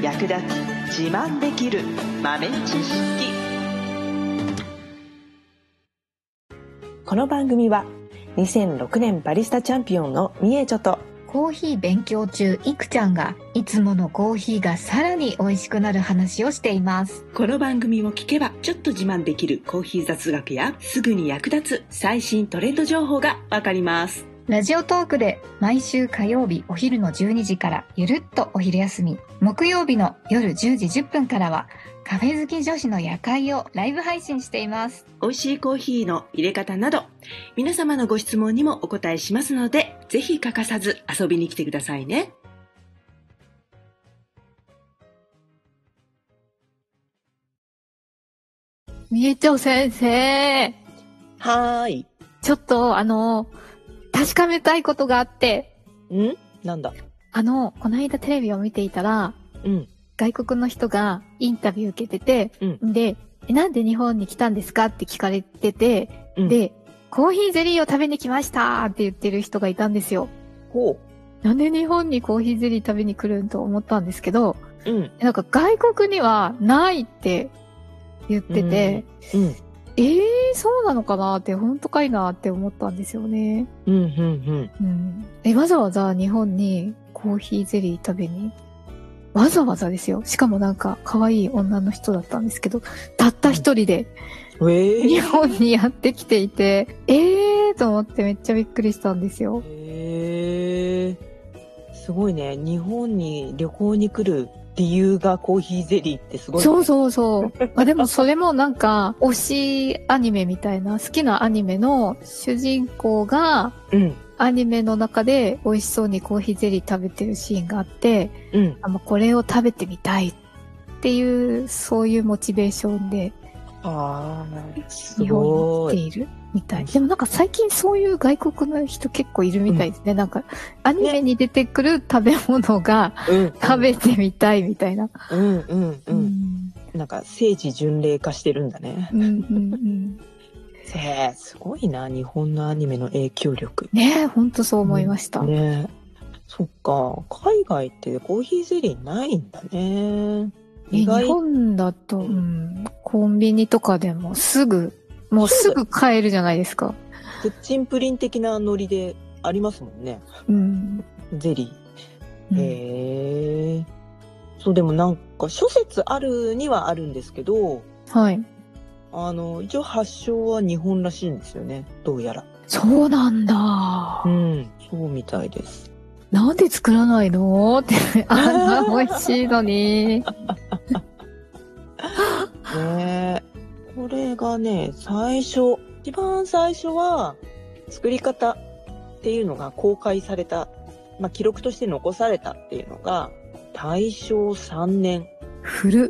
役立つ自慢できる豆知識。この番組は2006年バリスタチャンピオンのみえちょとコーヒー勉強中いくちゃんがいつものコーヒーがさらに美味しくなる話をしています。 この番組を聞けばちょっと自慢できるコーヒー雑学やすぐに役立つ最新トレンド情報がわかります。 ラジオトークで毎週火曜日お昼の12時からゆるっとお昼休み、木曜日の夜10時10分からはカフェ好き女子の夜会をライブ配信しています。 美味しいコーヒーの入れ方など皆様のご質問にもお答えしますので、ぜひ欠かさず遊びに来てくださいね。 みえちょう先生、 はーい。 ちょっと確かめたいことがあって。 なんだ。 この間テレビを見ていたら、外国の人がインタビュー受けてて、で、なんで日本に来たんですかって聞かれてて、で、コーヒーゼリーを食べに来ましたって言ってる人がいたんですよ。 ほう。なんで日本にコーヒーゼリー食べに来るんと思ったんですけど、 なんか外国にはないって言ってて、そうなのかなって、本当かいなって思ったんですよね。わざわざ日本にコーヒーゼリー食べに、わざわざですよ。しかもなんか可愛い女の人だったんですけど、たった一人で日本にやってきていて、と思ってめっちゃびっくりしたんですよ。 すごいね。日本に旅行に来る理由がコーヒーゼリーってすごい、ね。 そう。でもそれもなんか推しアニメみたいな、好きなアニメの主人公が、アニメの中で美味しそうにコーヒーゼリー食べてるシーンがあって、これを食べてみたいっていう、そういうモチベーションで日本に来ているみたい。でもなんか最近そういう外国の人結構いるみたいですね。なんかアニメに出てくる食べ物が、食べてみたいみたいな。 なんか聖地巡礼化してるんだね。すごいな、日本のアニメの影響力。 ね、ほんとそう思いました。 そっか、海外ってコーヒーゼリーないんだね。 日本だと、コンビニとかでももうすぐ買えるじゃないですか。 プッチンプリン的なノリでありますもんね。ゼリー。そう、でもなんか諸説あるにはあるんですけど、一応発祥は日本らしいんですよね、どうやら。 そうなんだ。 そうみたいです。 なんで作らないのってあんな美味しいのに。 これがね、一番最初は作り方っていうのが公開された、記録として残されたっていうのが大正3年。 古っ。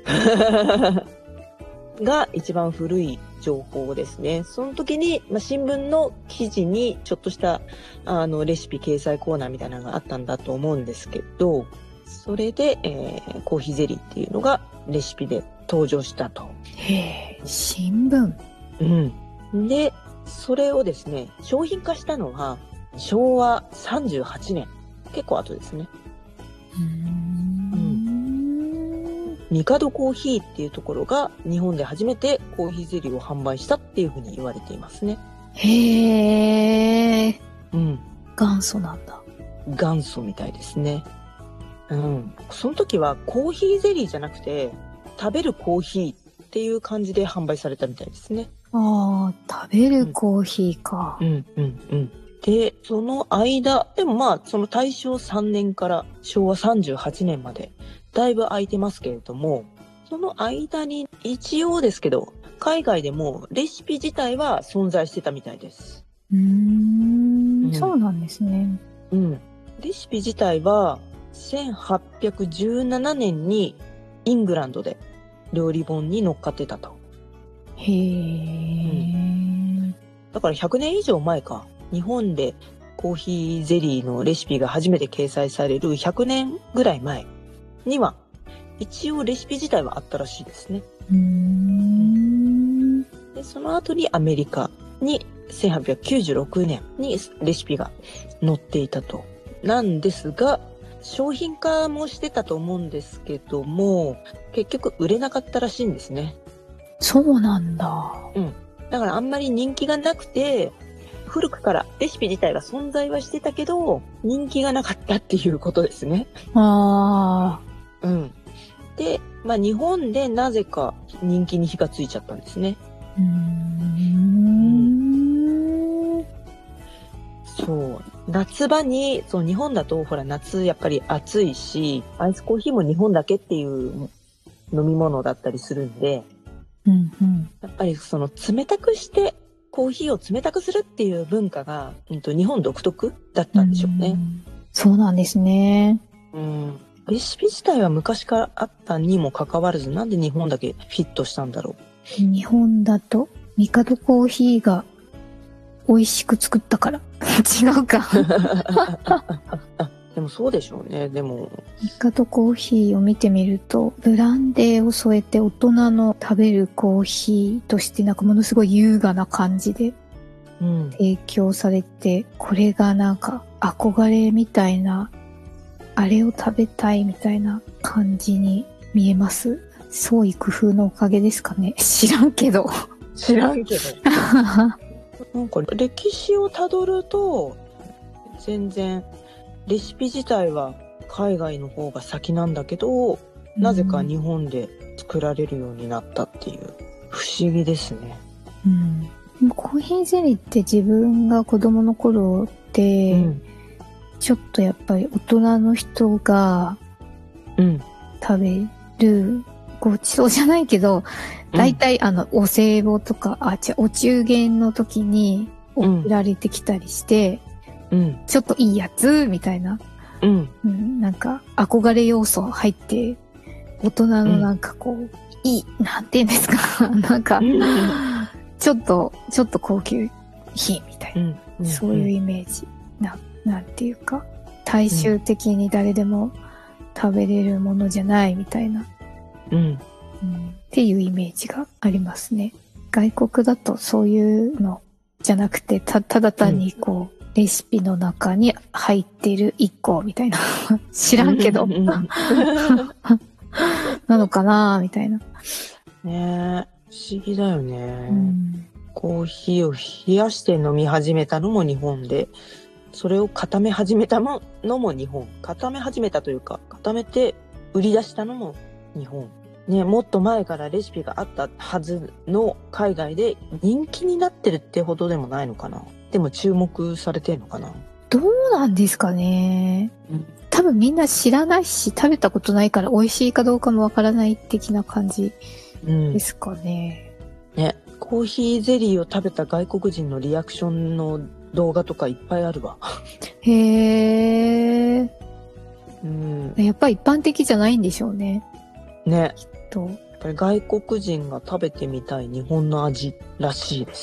が一番古い情報ですね。その時に、新聞の記事にちょっとしたレシピ掲載コーナーみたいなのがあったんだと思うんですけど、それで、コーヒーゼリーっていうのがレシピで登場したと。 新聞。 で、それをですね、商品化したのは昭和38年。結構後ですね。ミカドコーヒーっていうところが日本で初めてコーヒーゼリーを販売したっていうふうに言われていますね。 元祖なんだ。 元祖みたいですね。その時はコーヒーゼリーじゃなくて食べるコーヒーっていう感じで販売されたみたいですね。 食べるコーヒーか。 で、その間、でもその大正3年から昭和38年までだいぶ空いてますけれども、その間に一応ですけど、海外でもレシピ自体は存在してたみたいです。 そうなんですね。 レシピ自体は1817年にイングランドで料理本に載っかってたと。だから100年以上前か。日本でコーヒーゼリーのレシピが初めて掲載される100年ぐらい前には一応レシピ自体はあったらしいですね。で、その後にアメリカに1896年にレシピが載っていたと。なんですが、 商品化もしてたと思うんですけども、結局売れなかったらしいんですね。 そうなんだ。 だからあんまり人気がなくて、古くからレシピ自体が存在はしてたけど、人気がなかったっていうことですね。で、日本でなぜか人気に火がついちゃったんですね。そう。夏場に、日本だとほら夏やっぱり暑いし、アイスコーヒーも日本だけっていう飲み物だったりするんで、やっぱり冷たくして、コーヒーを冷たくするっていう文化が、日本独特だったんでしょうね。 そうなんですね。 レシピ自体は昔からあったにもかかわらず、なんで日本だけフィットしたんだろう。日本だと、ミカドコーヒーが美味しく作ったから。違うか。 でもそうでしょうね。でも。 ミカドコーヒーを見てみると、ブランデーを添えて大人の食べるコーヒーとしてものすごい優雅な感じで提供されて、これが憧れみたいな、あれを食べたいみたいな感じに見えます。創意工夫のおかげですかね。知らんけど。 歴史をたどると、全然、レシピ自体は海外の方が先なんだけど、なぜか日本で作られるようになったっていう不思議ですね。 コーヒーゼリーって自分が子供の頃って、ちょっとやっぱり大人の人が食べるごちそうじゃないけど、だいたいお歳暮とか、お中元の時に送られてきたりして、ちょっといいやつみたいな、憧れ要素入って、大人のいい、なんて言うんですか、ちょっと高級品みたいな、そういうイメージなんていうか、大衆的に誰でも食べれるものじゃないみたいな、っていうイメージがありますね。外国だとそういうのじゃなくて、ただ単にレシピの中に入っている1個みたいな。知らんけど。なのかなみたいな。 ねえ、不思議だよね。コーヒーを冷やして飲み始めたのも日本で、それを固め始めたのも日本。固め始めたというか、固めて売り出したのも日本。ね、もっと前からレシピがあったはずの海外で人気になってるってほどでもないのかな。でも注目されてるのかな。 どうなんですかね。多分みんな知らないし、食べたことないから美味しいかどうかもわからない的な感じですかね。 ね、コーヒーゼリーを食べた外国人のリアクションの動画とかいっぱいあるわ。 へー。やっぱり一般的じゃないんでしょうね。 ね。やっぱり外国人が食べてみたい日本の味らしいです。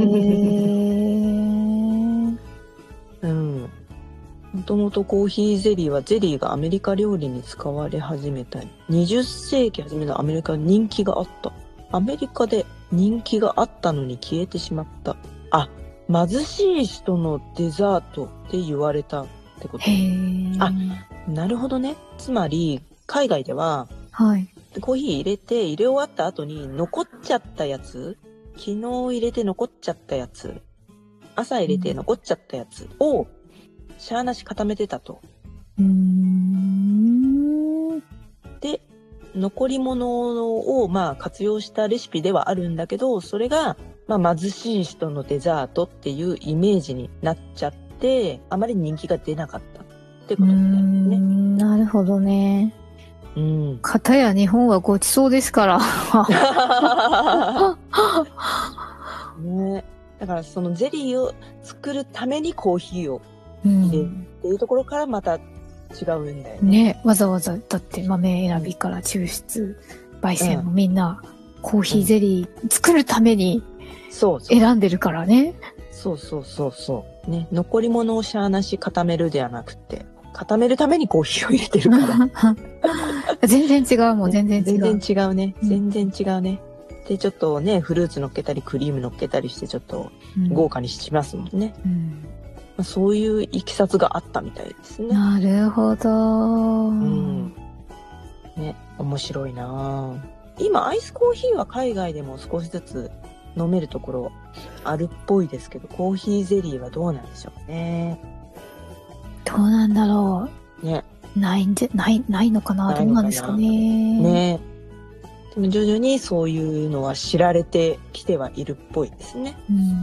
もともとコーヒーゼリーはゼリーがアメリカ料理に使われ始めた20世紀初めのアメリカに人気があった。アメリカで人気があったのに消えてしまった。貧しい人のデザートって言われたってこと。なるほどね。つまり海外では、コーヒー入れ終わった後に残っちゃったやつ、昨日入れて残っちゃったやつ、朝入れて残っちゃったやつをしゃーなし固めてたと。で、残り物を活用したレシピではあるんだけど、それが貧しい人のデザートっていうイメージになっちゃって、あまり人気が出なかったってことだよね。 なるほどね。かたや日本はごちそうですから。 ね、だからそのゼリーを作るためにコーヒーを入れるっていうところからまた違うんだよね。 わざわざだって豆選びから抽出、焙煎もみんなコーヒーゼリー作るために選んでるからね。 そう。ね、残り物をしゃーなし固めるではなくて、固めるためにコーヒーを入れてるから。 全然違うもん、全然違う。 全然違うね。全然違うね。で、ちょっとね、フルーツ乗っけたり、クリーム乗っけたりして、ちょっと豪華にしますもんね。 そういういきさつがあったみたいですね。 なるほど。 ね、面白いな。今アイスコーヒーは海外でも少しずつ飲めるところあるっぽいですけど、コーヒーゼリーはどうなんでしょうね。 どうなんだろう。 ね。 ないのかな。どうなんですかね。 ね。でも徐々にそういうのは知られてきてはいるっぽいですね。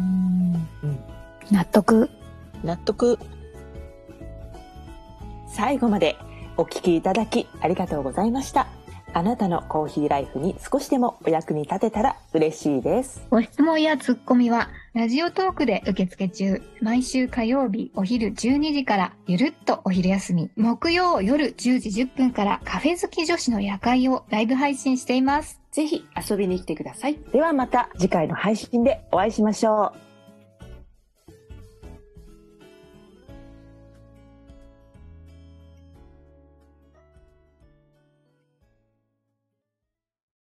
納得。 最後までお聞きいただきありがとうございました。あなたのコーヒーライフに少しでもお役に立てたら嬉しいです。 ご質問やツッコミはラジオトークで受付中。毎週火曜日お昼12時からゆるっとお昼休み、木曜夜10時10分からカフェ好き女子の夜会をライブ配信しています。 ぜひ遊びに来てください。ではまた次回の配信でお会いしましょう。